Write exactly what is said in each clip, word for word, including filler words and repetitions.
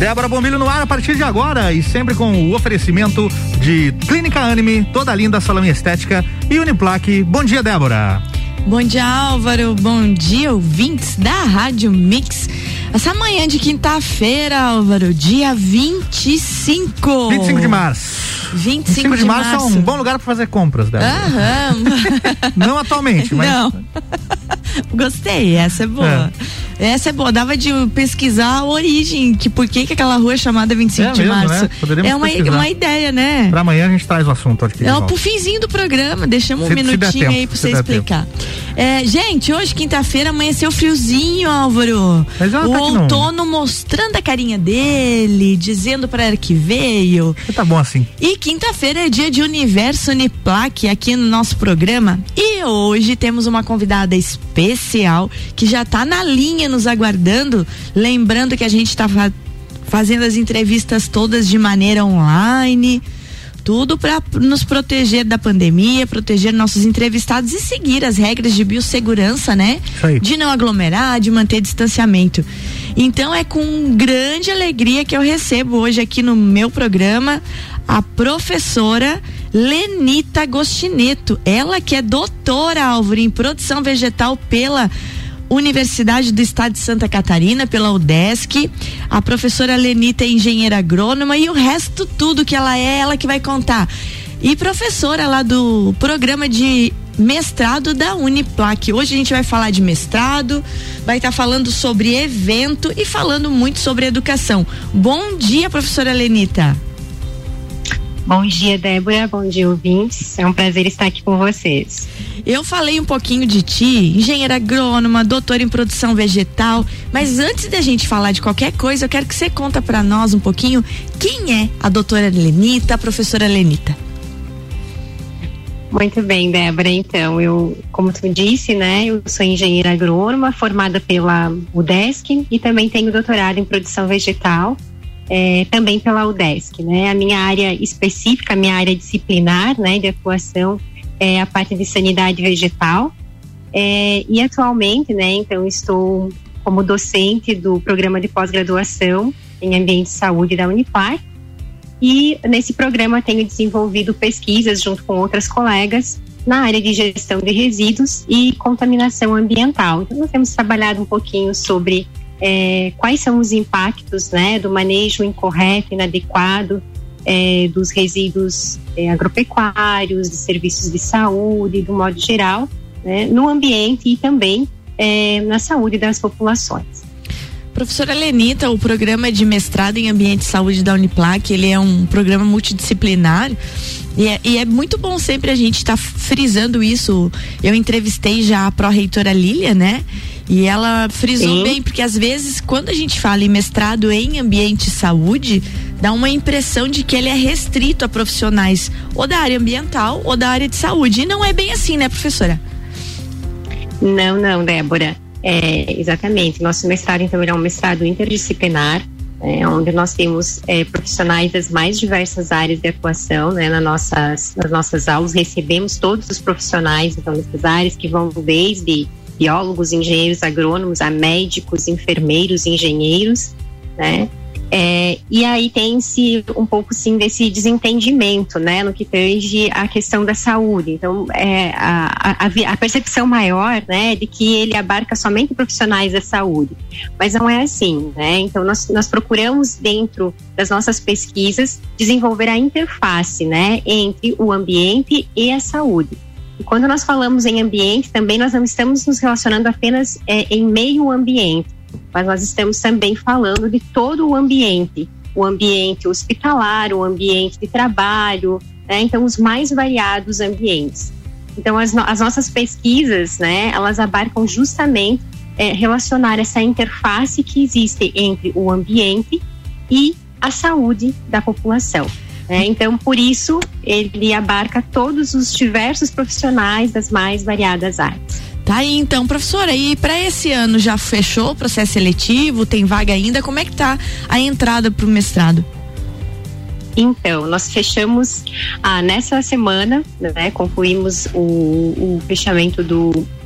Débora Bombilho no ar a partir de agora e sempre com o oferecimento de Clínica Anime, toda linda salão estética e Uniplaque. Bom dia, Débora. Bom dia, Álvaro. Bom dia, ouvintes da Rádio Mix. Essa manhã de quinta-feira, Álvaro, dia vinte e cinco. vinte e cinco de março. vinte e cinco, vinte e cinco de, de março, março é um bom lugar para fazer compras, Débora. Aham. Não atualmente, mas. Não. Gostei, essa é boa. É. Essa é boa, dava de pesquisar a origem, que por que que aquela rua é chamada vinte e cinco é de mesmo, março. Né? Poderíamos é uma, uma ideia, né? Pra amanhã a gente traz o assunto aqui. É pro finzinho do programa, deixamos se, um minutinho aí pra você explicar. É, gente, hoje, quinta-feira, amanheceu friozinho, Álvaro. Mas o outono mostrando a carinha dele, dizendo pra ela que veio. Tá bom assim. E quinta-feira é dia de Universo Uniplaque aqui no nosso programa. E hoje temos uma convidada especial que já tá na linha nos aguardando. Lembrando que a gente tá fa- fazendo as entrevistas todas de maneira online. Tudo para nos proteger da pandemia, proteger nossos entrevistados e seguir as regras de biossegurança, né? Isso aí. De não aglomerar, de manter distanciamento. Então é com grande alegria que eu recebo hoje aqui no meu programa a professora Lenita Agostineto. Ela que é doutora, Álvaro, em produção vegetal pela Universidade do Estado de Santa Catarina, pela UDESC. A professora Lenita é engenheira agrônoma e o resto tudo que ela é, ela que vai contar. E professora lá do programa de mestrado da Uniplaque. Hoje a gente vai falar de mestrado, vai estar falando sobre evento e falando muito sobre educação. Bom dia, professora Lenita. Bom dia, Débora. Bom dia, ouvintes. É um prazer estar aqui com vocês. Eu falei um pouquinho de ti, engenheira agrônoma, doutora em produção vegetal, mas antes da gente falar de qualquer coisa, eu quero que você conta para nós um pouquinho quem é a doutora Lenita, a professora Lenita. Muito bem, Débora. Então, eu, como tu disse, né, eu sou engenheira agrônoma, formada pela UDESC e também tenho doutorado em produção vegetal. É, também pela UDESC, né? A minha área específica, a minha área disciplinar, né, de atuação é a parte de sanidade vegetal. É, e atualmente, né, então estou como docente do programa de pós-graduação em ambiente de saúde da Unipar. E nesse programa tenho desenvolvido pesquisas junto com outras colegas na área de gestão de resíduos e contaminação ambiental. Então nós temos trabalhado um pouquinho sobre É, quais são os impactos, né, do manejo incorreto, inadequado é, dos resíduos é, agropecuários, de serviços de saúde, do modo geral, né, no ambiente e também é, na saúde das populações. Professora Lenita, o programa de mestrado em ambiente de saúde da Uniplaque, ele é um programa multidisciplinar e é, e é muito bom sempre a gente estar tá frisando isso. Eu entrevistei já a pró-reitora Lília, né? E ela frisou Sim. bem, porque às vezes quando a gente fala em mestrado em ambiente de saúde, dá uma impressão de que ele é restrito a profissionais ou da área ambiental ou da área de saúde. E não é bem assim, né, professora? Não, não, Débora. É, exatamente. Nosso mestrado, então, ele é um mestrado interdisciplinar, é, onde nós temos é, profissionais das mais diversas áreas de atuação, né, nas nossas, nas nossas aulas. Recebemos todos os profissionais, então, nessas áreas que vão desde biólogos, engenheiros agrônomos, a médicos, enfermeiros, engenheiros, né? É, e aí tem-se um pouco, sim, desse desentendimento, né, no que tange a questão da saúde. Então, é, a, a, a percepção maior, né, de que ele abarca somente profissionais da saúde, mas não é assim, né? Então, nós, nós procuramos, dentro das nossas pesquisas, desenvolver a interface, né, entre o ambiente e a saúde. E quando nós falamos em ambiente, também nós não estamos nos relacionando apenas é, em meio ambiente, mas nós estamos também falando de todo o ambiente, o ambiente hospitalar, o ambiente de trabalho, né? Então os mais variados ambientes. Então as, no, as nossas pesquisas, né, elas abarcam justamente é, relacionar essa interface que existe entre o ambiente e a saúde da população. Né? Então, por isso, ele abarca todos os diversos profissionais das mais variadas áreas. Tá aí, então, professora, e para esse ano já fechou o processo seletivo? Tem vaga ainda? Como é que tá a entrada para o mestrado? Então, nós fechamos ah, nessa semana, né, concluímos o, o fechamento do,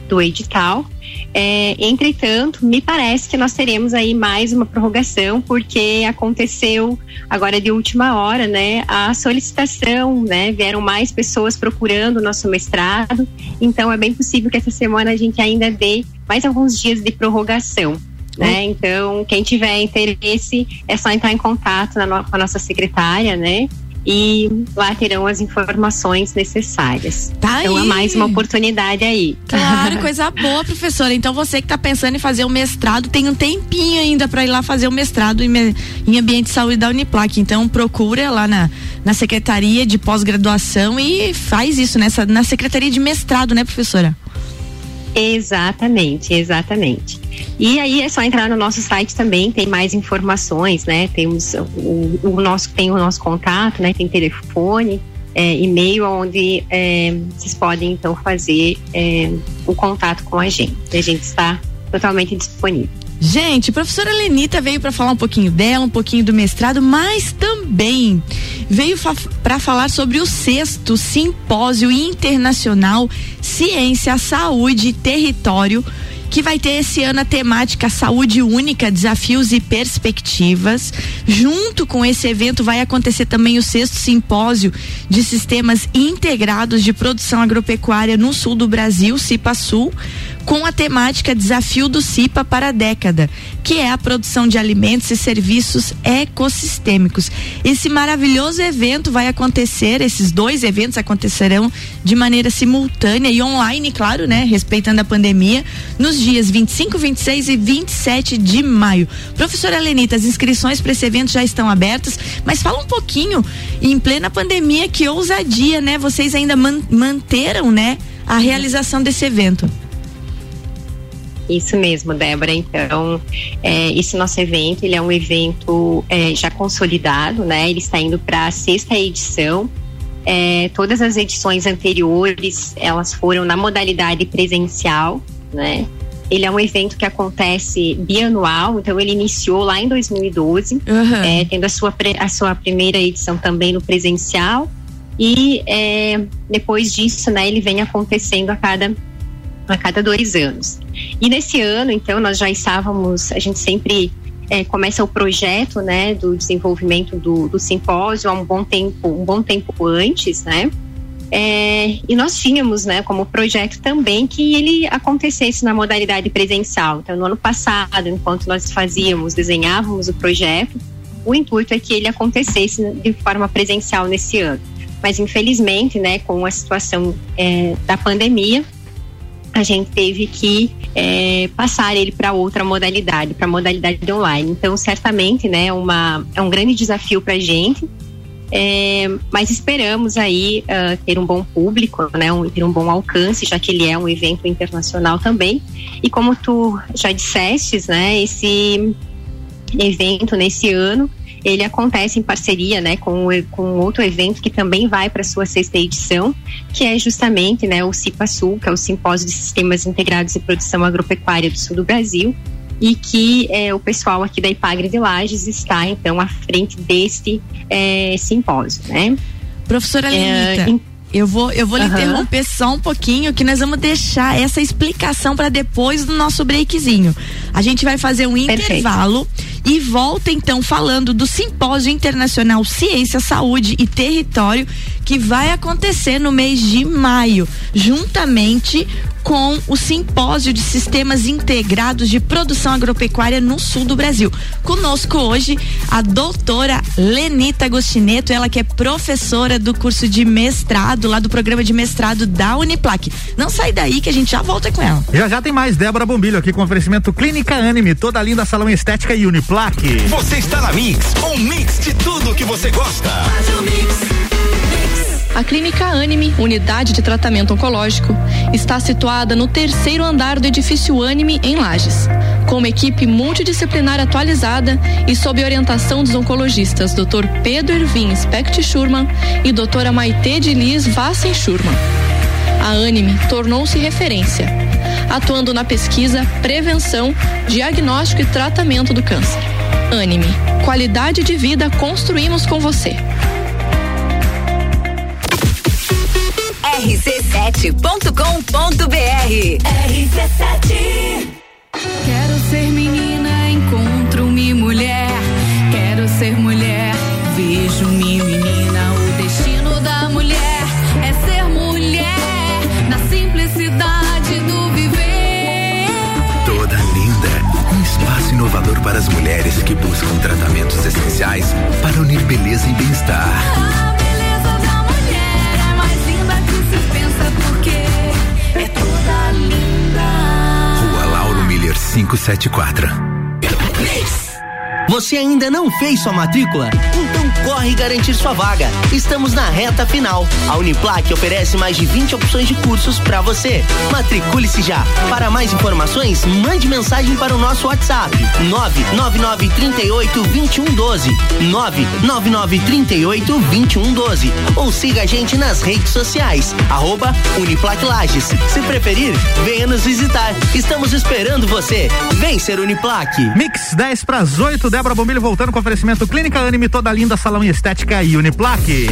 do edital. É, entretanto, me parece que nós teremos aí mais uma prorrogação, porque aconteceu agora de última hora, né, a solicitação, né, vieram mais pessoas procurando o nosso mestrado, então é bem possível que essa semana a gente ainda dê mais alguns dias de prorrogação, né, hum. Então quem tiver interesse é só entrar em contato na no, com a nossa secretária, né, e lá terão as informações necessárias. Tá então aí. Há mais uma oportunidade aí. Claro, coisa boa, professora. Então você que está pensando em fazer o mestrado, tem um tempinho ainda para ir lá fazer o mestrado em, em ambiente de saúde da Uniplac. Então procura lá na, na Secretaria de Pós-Graduação e faz isso nessa, na Secretaria de Mestrado, né, professora? Exatamente, exatamente. E aí é só entrar no nosso site também, tem mais informações, né? Temos o, o nosso, tem o nosso contato, né? Tem telefone, é, e-mail, onde é, vocês podem então fazer é, o contato com a gente. A gente está totalmente disponível. Gente, a professora Lenita veio para falar um pouquinho dela, um pouquinho do mestrado, mas também veio fa- para falar sobre o sexto Simpósio Internacional Ciência, Saúde e Território, que vai ter esse ano a temática Saúde Única, Desafios e Perspectivas. Junto com esse evento vai acontecer também o sexto Simpósio de Sistemas Integrados de Produção Agropecuária no Sul do Brasil, CIPA-Sul, com a temática Desafio do CIPA para a Década, que é a produção de alimentos e serviços ecossistêmicos. Esse maravilhoso evento vai acontecer, esses dois eventos acontecerão de maneira simultânea e online, claro, né? Respeitando a pandemia, nos dias vinte e cinco, vinte e seis e vinte e sete de maio. Professora Lenita, as inscrições para esse evento já estão abertas, mas fala um pouquinho, em plena pandemia, que ousadia, né? Vocês ainda man- manteram, né, a realização desse evento. Isso mesmo, Débora. Então, é, esse nosso evento, ele é um evento é, já consolidado, né? Ele está indo para a sexta edição. É, todas as edições anteriores, elas foram na modalidade presencial, né? Ele é um evento que acontece bianual, então ele iniciou lá em dois mil e doze, uhum. é, tendo a sua, a sua primeira edição também no presencial, e é, depois disso, né, ele vem acontecendo a cada a cada dois anos. E nesse ano, então, nós já estávamos, a gente sempre é, começa o projeto, né, do desenvolvimento do, do simpósio há um bom tempo, um bom tempo antes, né, é, e nós tínhamos, né, como projeto também que ele acontecesse na modalidade presencial. Então, no ano passado, enquanto nós fazíamos, desenhávamos o projeto, o intuito é que ele acontecesse de forma presencial nesse ano. Mas, infelizmente, né, com a situação é, da pandemia, a gente teve que é, passar ele para outra modalidade, para a modalidade online. Então, certamente, né, uma, é um grande desafio para a gente, é, mas esperamos aí uh, ter um bom público, né, um, ter um bom alcance, já que ele é um evento internacional também. E como tu já dissestes, né, esse evento nesse ano, ele acontece em parceria, né, com, com outro evento que também vai para a sua sexta edição, que é justamente, né, o CIPA-Sul, que é o Simpósio de Sistemas Integrados de Produção Agropecuária do Sul do Brasil, e que é, o pessoal aqui da IPAGRE de Lages está, então, à frente deste é, simpósio, né? Professora Lenita, é, em... eu vou, eu vou uhum. lhe interromper só um pouquinho, que nós vamos deixar essa explicação para depois do nosso breakzinho. A gente vai fazer um Perfeito. intervalo e volta então falando do Simpósio Internacional Ciência, Saúde e Território, que vai acontecer no mês de maio, juntamente com o Simpósio de Sistemas Integrados de Produção Agropecuária no Sul do Brasil. Conosco hoje a doutora Lenita Gostineto, ela que é professora do curso de mestrado, lá do programa de mestrado da Uniplac. Não sai daí que a gente já volta com ela. Já já tem mais Débora Bombilho aqui com oferecimento Clínica Anime, toda linda salão estética e Uniplac. Você está na Mix, um mix de tudo que você gosta. Faz o mix. A Clínica Anime, unidade de tratamento oncológico, está situada no terceiro andar do edifício Anime, em Lages. Com uma equipe multidisciplinar atualizada e sob orientação dos oncologistas doutor Pedro Ervin Specht Schurman e doutora Maite de Liz Vassen Schurman. A Anime tornou-se referência, atuando na pesquisa, prevenção, diagnóstico e tratamento do câncer. Anime, qualidade de vida construímos com você. R C sete ponto com ponto B R. R C sete. Quero ser menina, encontro-me mulher. Quero ser mulher, vejo-me menina. O destino da mulher é ser mulher, na simplicidade do viver. Toda linda, um espaço inovador para as mulheres que buscam tratamentos essenciais para unir beleza e bem-estar. A beleza da mulher é mais linda que se pensa, porque é toda linda. Rua Lauro Miller quinhentos e setenta e quatro. Você ainda não fez sua matrícula? Então corre garantir sua vaga. Estamos na reta final. A Uniplac oferece mais de vinte opções de cursos para você. Matricule-se já. Para mais informações, mande mensagem para o nosso WhatsApp nove nove nove, três oito, dois um um doze, nove nove nove, três oito, dois um um doze, ou siga a gente nas redes sociais, arroba Uniplac Lages. Se preferir, venha nos visitar. Estamos esperando você. Vem ser Uniplac. Mix dez para as oito, Débora Bombilho voltando com oferecimento Clínica Anime, toda linda, salão e estética e Uniplac.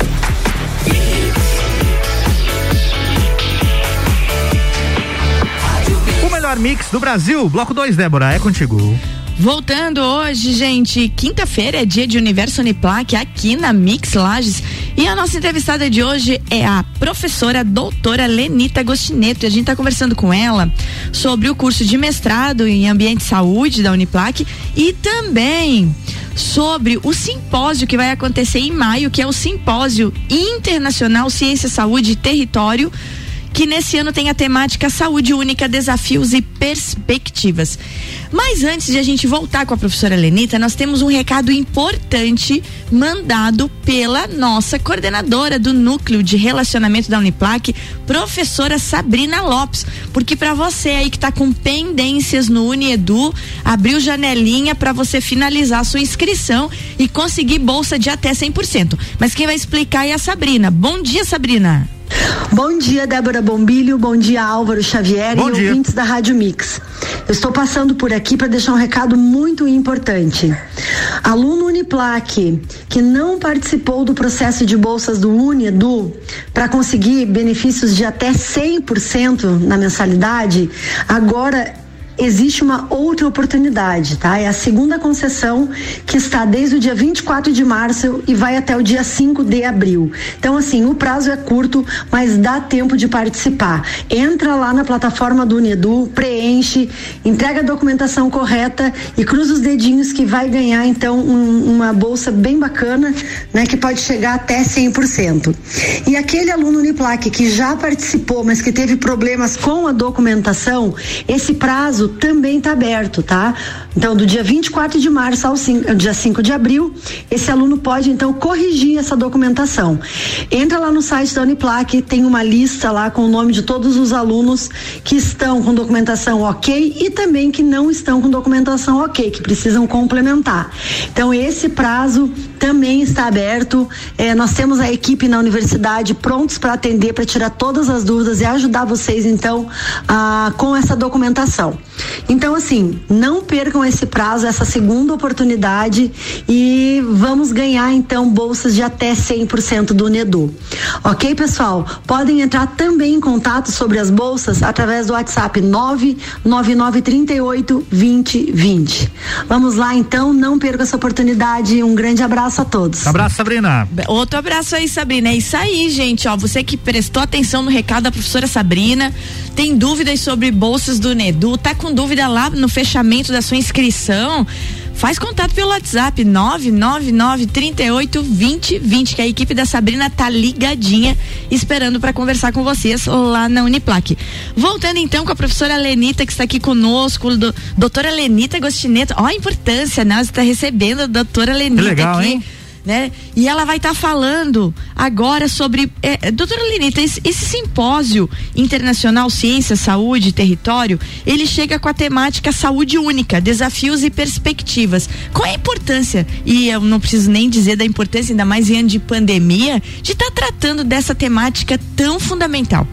O melhor mix do Brasil, bloco dois, Débora, é contigo. Voltando hoje, gente, quinta-feira é dia de Universo Uniplac aqui na Mix Lages. E a nossa entrevistada de hoje é a professora doutora Lenita Gostineto. E a gente está conversando com ela sobre o curso de mestrado em ambiente e saúde da Uniplac e também sobre o simpósio que vai acontecer em maio, que é o Simpósio Internacional Ciência, Saúde e Território, que nesse ano tem a temática Saúde Única, Desafios e Perspectivas. Mas antes de a gente voltar com a professora Lenita, nós temos um recado importante mandado pela nossa coordenadora do Núcleo de Relacionamento da Uniplac, professora Sabrina Lopes, porque para você aí que está com pendências no Uniedu, abriu janelinha para você finalizar a sua inscrição e conseguir bolsa de até cem por cento. Mas quem vai explicar é a Sabrina. Bom dia, Sabrina. Bom dia, Débora Bombilho, bom dia, Álvaro Xavier bom e dia. Ouvintes da Rádio Mix. Eu estou passando por aqui para deixar um recado muito importante. Aluno Uniplac que não participou do processo de bolsas do Uniedu para conseguir benefícios de até cem por cento na mensalidade, agora existe uma outra oportunidade, tá? É a segunda concessão que está desde o dia vinte e quatro de março e vai até o dia cinco de abril. Então, assim, o prazo é curto, mas dá tempo de participar. Entra lá na plataforma do Uniedu, preenche, entrega a documentação correta e cruza os dedinhos que vai ganhar, então, um, uma bolsa bem bacana, né? Que pode chegar até cem por cento. E aquele aluno Uniplac que já participou, mas que teve problemas com a documentação, esse prazo também está aberto, tá? Então, do dia vinte e quatro de março ao cinco, dia cinco de abril, esse aluno pode, então, corrigir essa documentação. Entra lá no site da Uniplac, tem uma lista lá com o nome de todos os alunos que estão com documentação ok e também que não estão com documentação ok, que precisam complementar. Então, esse prazo também está aberto. É, nós temos a equipe na universidade prontos para atender, para tirar todas as dúvidas e ajudar vocês, então, a, com essa documentação. Então, assim, não percam esse prazo, essa segunda oportunidade e vamos ganhar, então, bolsas de até cem por cento do Uniedu. Ok, pessoal? Podem entrar também em contato sobre as bolsas através do WhatsApp nove nove nove, três oito, dois zero dois zero. Vamos lá, então, não percam essa oportunidade. Um grande abraço a todos. Abraço, Sabrina. Outro abraço aí, Sabrina. É isso aí, gente, ó, você que prestou atenção no recado da professora Sabrina, tem dúvidas sobre bolsas do Uniedu, tá com dúvida lá no fechamento da sua inscrição, faz contato pelo WhatsApp nove nove nove, três oito, dois zero dois zero, que a equipe da Sabrina tá ligadinha, esperando para conversar com vocês lá na Uniplac. Voltando então com a professora Lenita, que está aqui conosco, do, doutora Lenita Gostineto. Ó a importância, né? Você está recebendo a doutora Lenita que legal, aqui. Hein? Né? E ela vai estar tá falando agora sobre, é, doutora Lenita, esse, esse simpósio internacional Ciência, Saúde e Território, ele chega com a temática Saúde Única, Desafios e Perspectivas. Qual é a importância, e eu não preciso nem dizer da importância, ainda mais em ano de pandemia, de estar tá tratando dessa temática tão fundamental?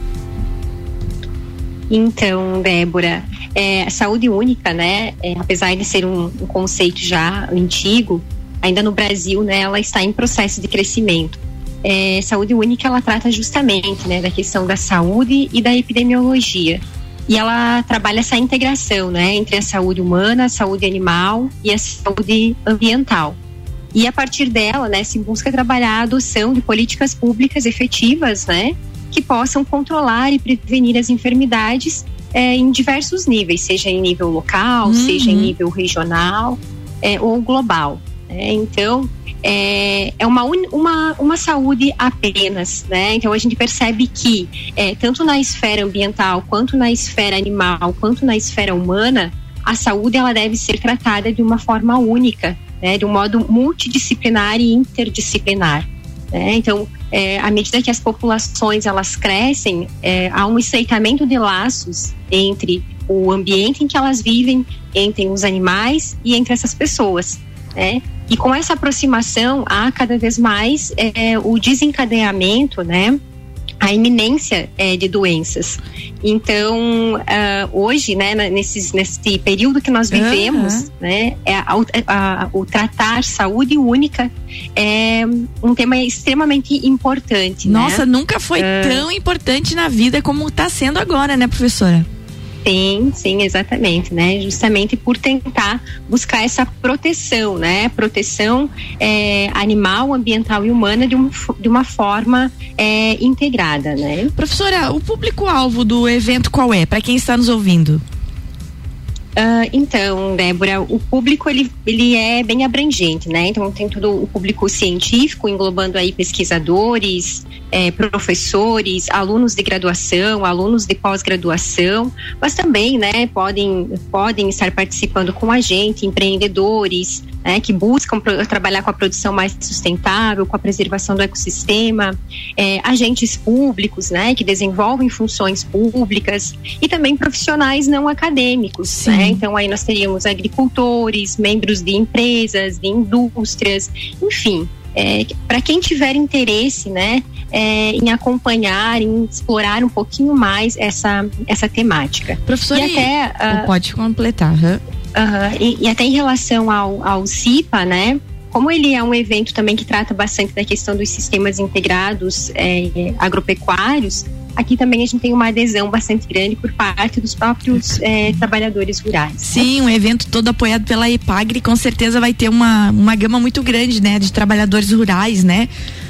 Então, Débora, é, a saúde única, né, é, apesar de ser um, um conceito já antigo, ainda no Brasil, né, ela está em processo de crescimento. é, Saúde Única, ela trata justamente, né, da questão da saúde e da epidemiologia. E ela trabalha essa integração, né, entre a saúde humana, a saúde animal e a saúde ambiental. E a partir dela, né, se busca trabalhar a adoção de políticas públicas efetivas, né, que possam controlar e prevenir as enfermidades é, em diversos níveis, seja em nível local, uhum. seja em nível regional é, ou global. Né? Então, é, é uma, uma, uma saúde apenas, né? Então a gente percebe que é, tanto na esfera ambiental, quanto na esfera animal, quanto na esfera humana, a saúde ela deve ser tratada de uma forma única, né? De um modo multidisciplinar e interdisciplinar. Né? Então, é, à medida que as populações elas crescem, é, há um estreitamento de laços entre o ambiente em que elas vivem, entre os animais e entre essas pessoas. Né? E com essa aproximação há cada vez mais é, o desencadeamento, né, a iminência é, de doenças. Então, uh, hoje, né, nesses, nesse período que nós vivemos, uhum. né, é, a, a, a, o tratar saúde única é um tema extremamente importante. Nossa, né? nunca foi uh, tão importante na vida como está sendo agora, né, professora? Sim, sim, exatamente, né? Justamente por tentar buscar essa proteção, né? Proteção é, animal, ambiental e humana de, um, de uma forma é, integrada, né? Professora, o público-alvo do evento qual é? Para quem está nos ouvindo? Uh, então, Débora, o público ele, ele é bem abrangente, né? Então tem todo o público científico, englobando aí pesquisadores, é, professores, alunos de graduação, alunos de pós-graduação, mas também, né, podem, podem estar participando com a gente, empreendedores, né, que buscam pro, trabalhar com a produção mais sustentável, com a preservação do ecossistema, é, agentes públicos, né, que desenvolvem funções públicas e também profissionais não acadêmicos, né? Então aí nós teríamos agricultores, membros de empresas, de indústrias, enfim, é, para quem tiver interesse, né, é, em acompanhar, em explorar um pouquinho mais essa, essa temática. Professora, e até, uh, pode completar. Uhum. Uh, e, e até em relação ao, ao CIPA, né, como ele é um evento também que trata bastante da questão dos sistemas integrados é, agropecuários, aqui também a gente tem uma adesão bastante grande por parte dos próprios é, trabalhadores rurais. Sim, né? Um evento todo apoiado pela EPAGRE, com certeza vai ter uma, uma gama muito grande, né, de trabalhadores rurais, né?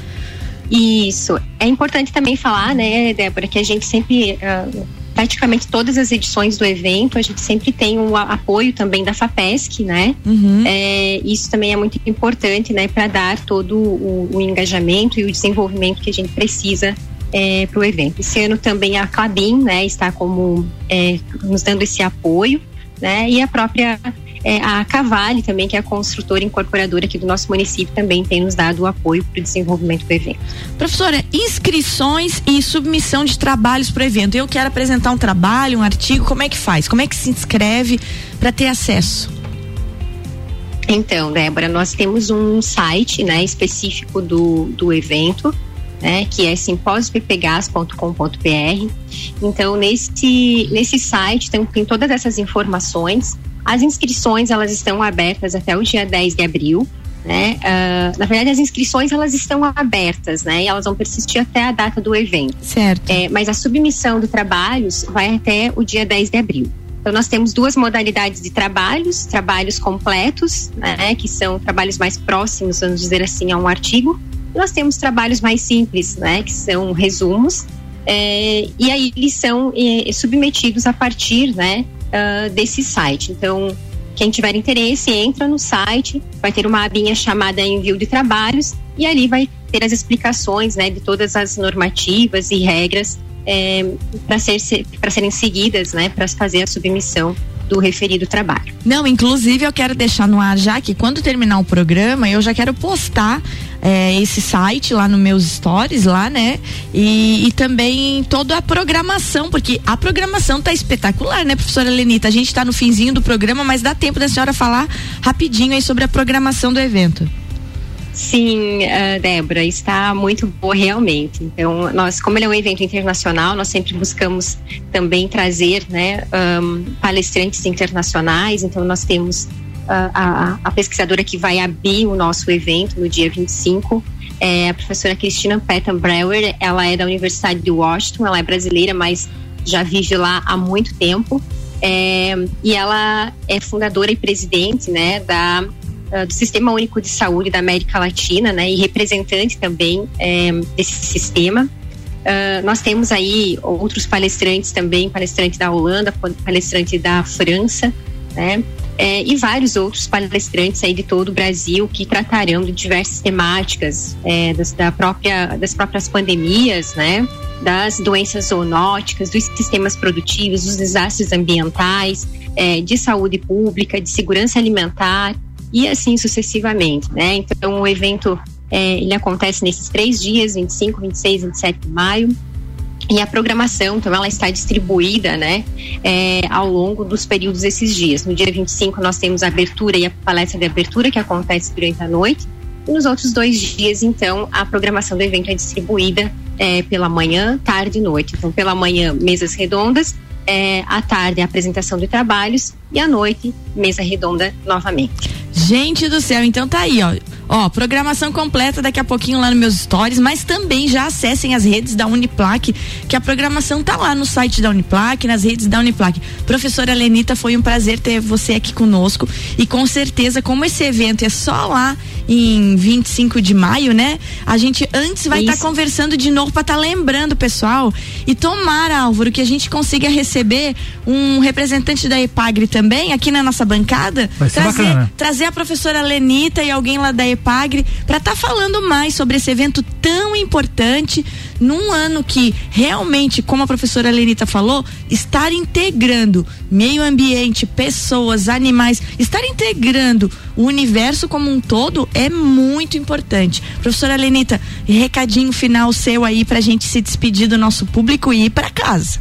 Isso. É importante também falar, né, Débora, que a gente sempre... Uh, praticamente todas as edições do evento, a gente sempre tem o um apoio também da FAPESC, né? Uhum. É, isso também é muito importante, né? Para dar todo o, o engajamento e o desenvolvimento que a gente precisa é, para o evento. Esse ano também a Clabin, né? Está como é, nos dando esse apoio, né? E a própria é, a Cavale também, que é a construtora incorporadora aqui do nosso município, também tem nos dado o apoio para o desenvolvimento do evento. Professora, inscrições e submissão de trabalhos para o evento. Eu quero apresentar um trabalho, um artigo, como é que faz? Como é que se inscreve para ter acesso? Então, Débora, nós temos um site, né, específico do, do evento, né, que é simpósio p p gas ponto com ponto b r. Então, nesse, nesse site tem, tem todas essas informações. As inscrições, elas estão abertas até o dia dez de abril, né? Uh, na verdade, as inscrições, elas estão abertas, né? E elas vão persistir até a data do evento. Certo. É, mas a submissão de trabalhos vai até o dia dez de abril. Então, nós temos duas modalidades de trabalhos, trabalhos completos, né? Que são trabalhos mais próximos, vamos dizer assim, a um artigo. E nós temos trabalhos mais simples, né? Que são resumos. É, e aí, eles são é, submetidos a partir, né? Uh, desse site. Então, quem tiver interesse, entra no site, vai ter uma abinha chamada Envio de Trabalhos e ali vai ter as explicações, né, de todas as normativas e regras é, para ser, para serem seguidas, né, para fazer a submissão do referido trabalho. Não, inclusive eu quero deixar no ar já que quando terminar o programa eu já quero postar é, esse site lá nos meus stories lá, né? E, e também toda a programação, porque a programação tá espetacular, né, professora Lenita? A gente tá no finzinho do programa, mas dá tempo da senhora falar rapidinho aí sobre a programação do evento. Sim, uh, Débora, está muito boa realmente. Então, nós, como ele é um evento internacional, nós sempre buscamos também trazer, né, um, palestrantes internacionais. Então, nós temos uh, a, a pesquisadora que vai abrir o nosso evento no dia vinte e cinco, é a professora Cristina Pettenbrauer. Ela é da Universidade de Washington, ela é brasileira, mas já vive lá há muito tempo. É, e ela é fundadora e presidente, né, da, uh, do Sistema Único de Saúde da América Latina, né, e representante também é, desse sistema. Uh, nós temos aí outros palestrantes também, palestrante da Holanda, palestrante da França, né, é, e vários outros palestrantes aí de todo o Brasil que tratarão de diversas temáticas é, das, da própria, das próprias pandemias, né, das doenças zoonóticas, dos sistemas produtivos, dos desastres ambientais, é, de saúde pública, de segurança alimentar e assim sucessivamente, né? Então o evento é, ele acontece nesses três dias, vinte e cinco, vinte e seis, vinte e sete de maio, e a programação, então, ela está distribuída, né, é, ao longo dos períodos desses dias. No dia vinte e cinco nós temos a abertura e a palestra de abertura que acontece durante a noite. E nos outros dois dias, então, a programação do evento é distribuída é, pela manhã, tarde e noite. Então, pela manhã, mesas redondas, é, à tarde, a apresentação de trabalhos e à noite, mesa redonda novamente. Gente do céu, então tá aí, ó. Ó, programação completa daqui a pouquinho lá nos meus stories, mas também já acessem as redes da Uniplac, que a programação tá lá no site da Uniplac, nas redes da Uniplac. Professora Lenita, foi um prazer ter você aqui conosco e com certeza, como esse evento é só lá em vinte e cinco de maio, né? A gente antes vai estar tá conversando de novo para estar tá lembrando o pessoal e tomara, Álvaro, que a gente consiga receber um representante da EPAGRE também aqui na nossa bancada, vai ser trazer, bacana. trazer a professora Lenita e alguém lá da EPAGRE para estar tá falando mais sobre esse evento tão importante num ano que realmente, como a professora Lenita falou, estar integrando meio ambiente, pessoas, animais, estar integrando o universo como um todo é muito importante. Professora Lenita, recadinho final seu aí pra gente se despedir do nosso público e ir pra casa.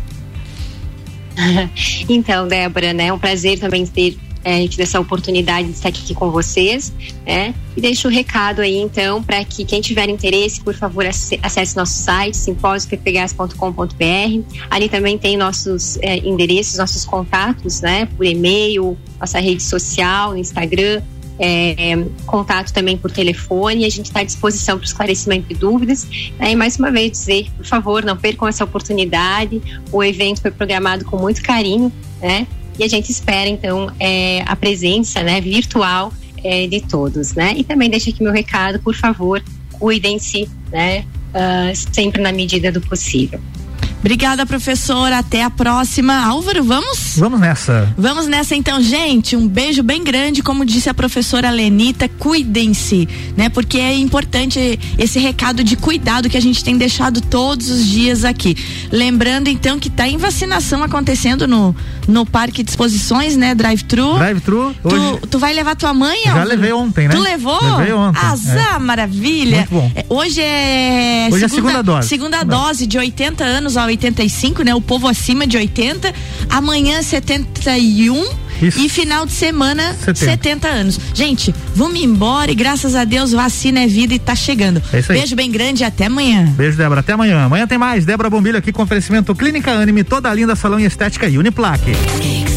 Então, Débora, né, é um prazer também ter É, tiver essa oportunidade de estar aqui com vocês, né? E deixo o recado aí, então, para que quem tiver interesse, por favor, acesse nosso site, simpósio p p g a s ponto com ponto b r. Ali também tem nossos é, endereços, nossos contatos, né? Por e-mail, nossa rede social, Instagram, é, é, contato também por telefone, e a gente está à disposição para o esclarecimento de dúvidas. Né? E mais uma vez dizer, por favor, não percam essa oportunidade. O evento foi programado com muito carinho, né? E a gente espera, então, é, a presença, né, virtual é, de todos, né? E também deixo aqui meu recado, por favor, cuidem-se, né, uh, sempre na medida do possível. Obrigada, professora. Até a próxima. Álvaro, vamos? Vamos nessa. Vamos nessa então, gente. Um beijo bem grande, como disse a professora Lenita, cuidem-se, né? Porque é importante esse recado de cuidado que a gente tem deixado todos os dias aqui. Lembrando então que tá em vacinação acontecendo no, no Parque de Exposições, né? Drive-thru. Drive-thru. Hoje... Tu, tu vai levar tua mãe, Já Álvaro? levei ontem, né? Tu levou? Levei ontem. Azar, é. Maravilha. Muito bom. Hoje é Hoje segunda, é a segunda dose. Segunda dose de oitenta anos a oitenta e cinco, né? O povo acima de oitenta. Amanhã setenta e um. Isso. E final de semana setenta. setenta anos. Gente, vamos embora e graças a Deus vacina é vida e tá chegando. É isso aí. Beijo bem grande e até amanhã. Beijo, Débora. Até amanhã. Amanhã tem mais. Débora Bombilho aqui com oferecimento Clínica Anime, toda linda salão e estética e Uniplac.